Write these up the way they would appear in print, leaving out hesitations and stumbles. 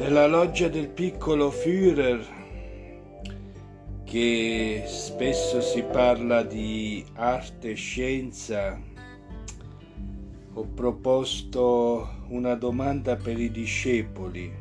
Nella loggia del piccolo Führer, che spesso si parla di arte e scienza, ho proposto una domanda per i discepoli.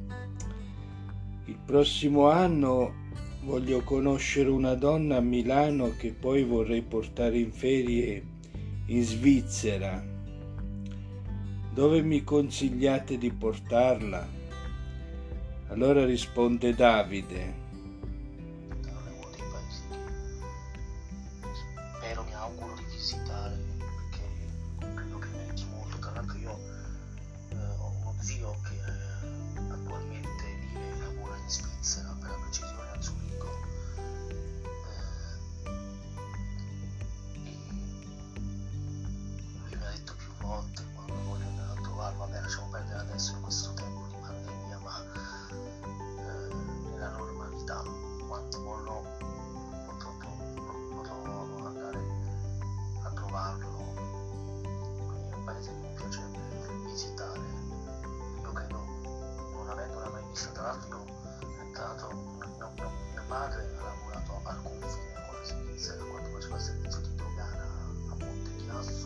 Il prossimo anno voglio conoscere una donna a Milano che poi vorrei portare in ferie in Svizzera. Dove mi consigliate di portarla? Allora risponde Davide. Uno dei paesi che spero, mi auguro di visitare, perché credo che meriti molto. Tra l'altro io ho uno zio che attualmente vive e lavora in Svizzera, per la precisione a Zurigo, e lui mi ha detto più volte, quando voglio andare a trovarlo, vabbè, lasciamo perdere adesso in questo tempo di pandemia, ma nella normalità, quando vorrò potrò andare a trovarlo. Quindi è un paese che mi piacerebbe visitare. Io credo, non avendola mai vista, tra l'altro mio padre ha lavorato al confine con la Svizzera quando faceva il servizio di dogana a Montechiasso.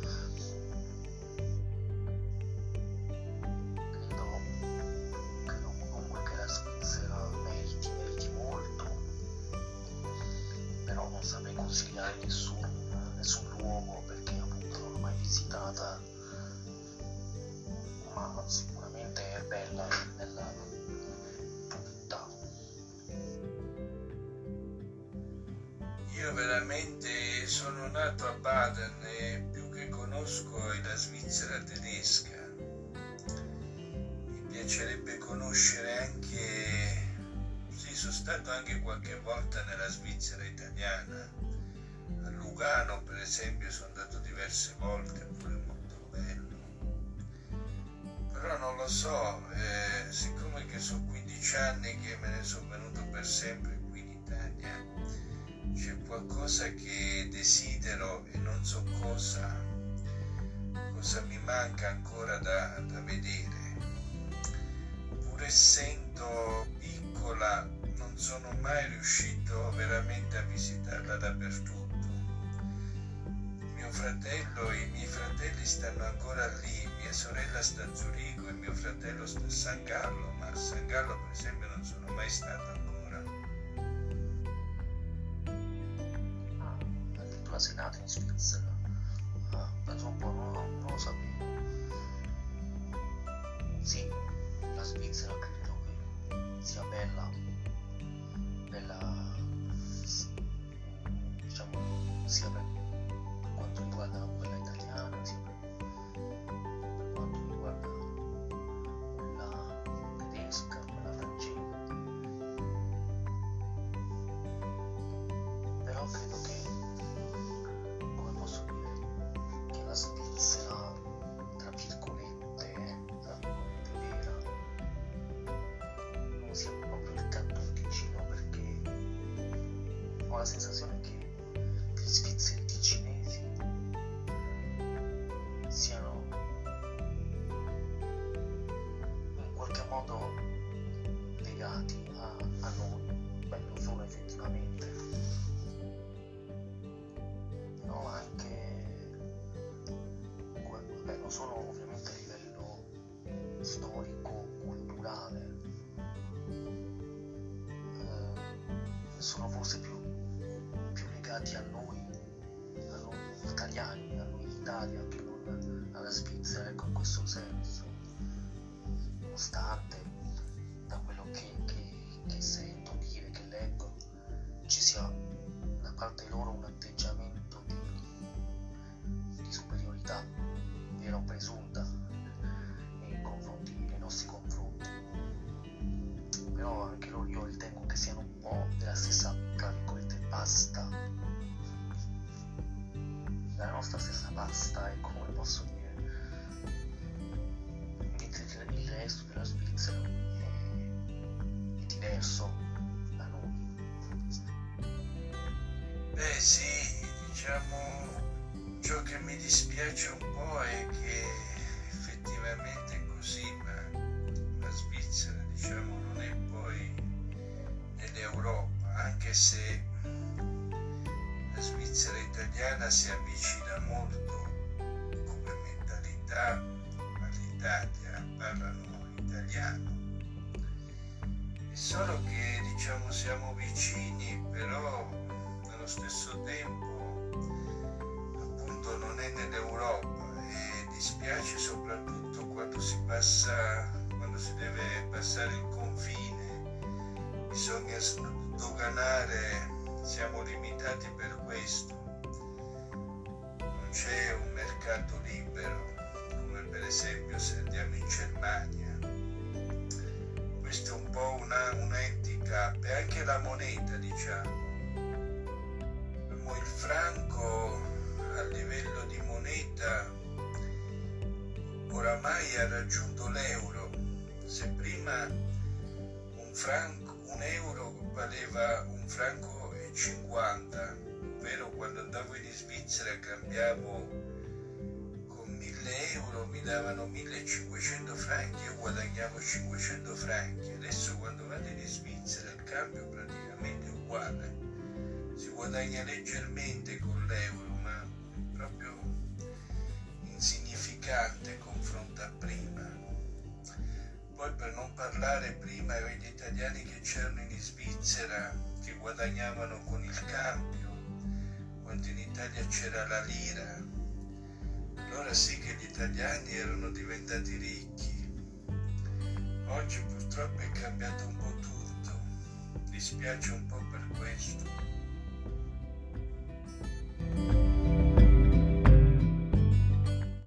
Credo comunque che la Svizzera meriti molto, però non saprei consigliare nessun luogo, perché appunto non l'ho mai visitata, ma sicuramente è bella nella tutta. Io veramente sono nato a Baden e più che conosco è la Svizzera tedesca. Mi piacerebbe conoscere anche, sì, sono stato anche qualche volta nella Svizzera italiana, a Lugano per esempio sono andato diverse volte, pure molto bello. Però non lo so, siccome che sono 15 anni che me ne sono venuto per sempre qui in Italia, c'è qualcosa che desidero e non so cosa mi manca ancora da vedere. Pur essendo piccola non sono mai riuscito veramente a visitarla dappertutto. Mio fratello e i miei fratelli stanno ancora lì, mia sorella sta a Zurigo e mio fratello sta a San Gallo, ma a San Gallo per esempio non sono mai stato ancora. Addirittura sei nato in Svizzera. Penso un po', non lo sapevo. Sì, la Svizzera credo che sia bella, diciamo, sia per quanto riguarda quella italiana, sia per quanto riguarda quella tedesca, quella francese. Però credo che, come posso dire, che la Svizzera, tra virgolette vera, non sia proprio il canton perché ho la sensazione che gli svizzeri ticinesi siano in qualche modo legati a noi. Beh, lo sono effettivamente, però anche, beh, lo sono ovviamente a livello storico, culturale. Sono forse più legati a noi italiani, a noi Italia, che non alla Svizzera, ecco, in questo senso, nonostante da quello che sento dire, che leggo, ci sia da parte loro un atteggiamento di superiorità vera o presunta nei nostri confronti. Però anche loro, io ritengo che siano un po' della stessa, tra virgolette, pasta, della nostra stessa pasta, ecco, come posso dire, mentre il resto della Svizzera è diverso da noi. Beh sì, diciamo, ciò che mi dispiace un po' è che effettivamente è così, ma la Svizzera diciamo, non è poi nell'Europa, anche se la Svizzera italiana si avvicina molto come mentalità all'Italia, parlano italiano. È solo che, diciamo, siamo vicini, però nello stesso tempo appunto non è nell'Europa, e dispiace soprattutto quando si deve passare il confine, bisogna sdoganare, siamo limitati per questo, non c'è un mercato libero come per esempio se andiamo in Germania. Questo è un po' un handicap, e anche la moneta, diciamo. Il franco a livello di moneta oramai ha raggiunto l'euro. Se prima un euro valeva un franco e 50, ovvero quando andavo in Svizzera cambiavo con 1000 euro, mi davano 1500 franchi, io guadagnavo 500 franchi. Adesso quando vado in Svizzera il cambio praticamente è uguale, si guadagna leggermente con l'euro, ma proprio insignificante confronto a prima. Poi, per non parlare, prima gli italiani che c'erano in Svizzera che guadagnavano con il cambio, quando in Italia c'era la lira, allora sì che gli italiani erano diventati ricchi. Oggi purtroppo è cambiato un po' tutto, dispiace un po' per questo.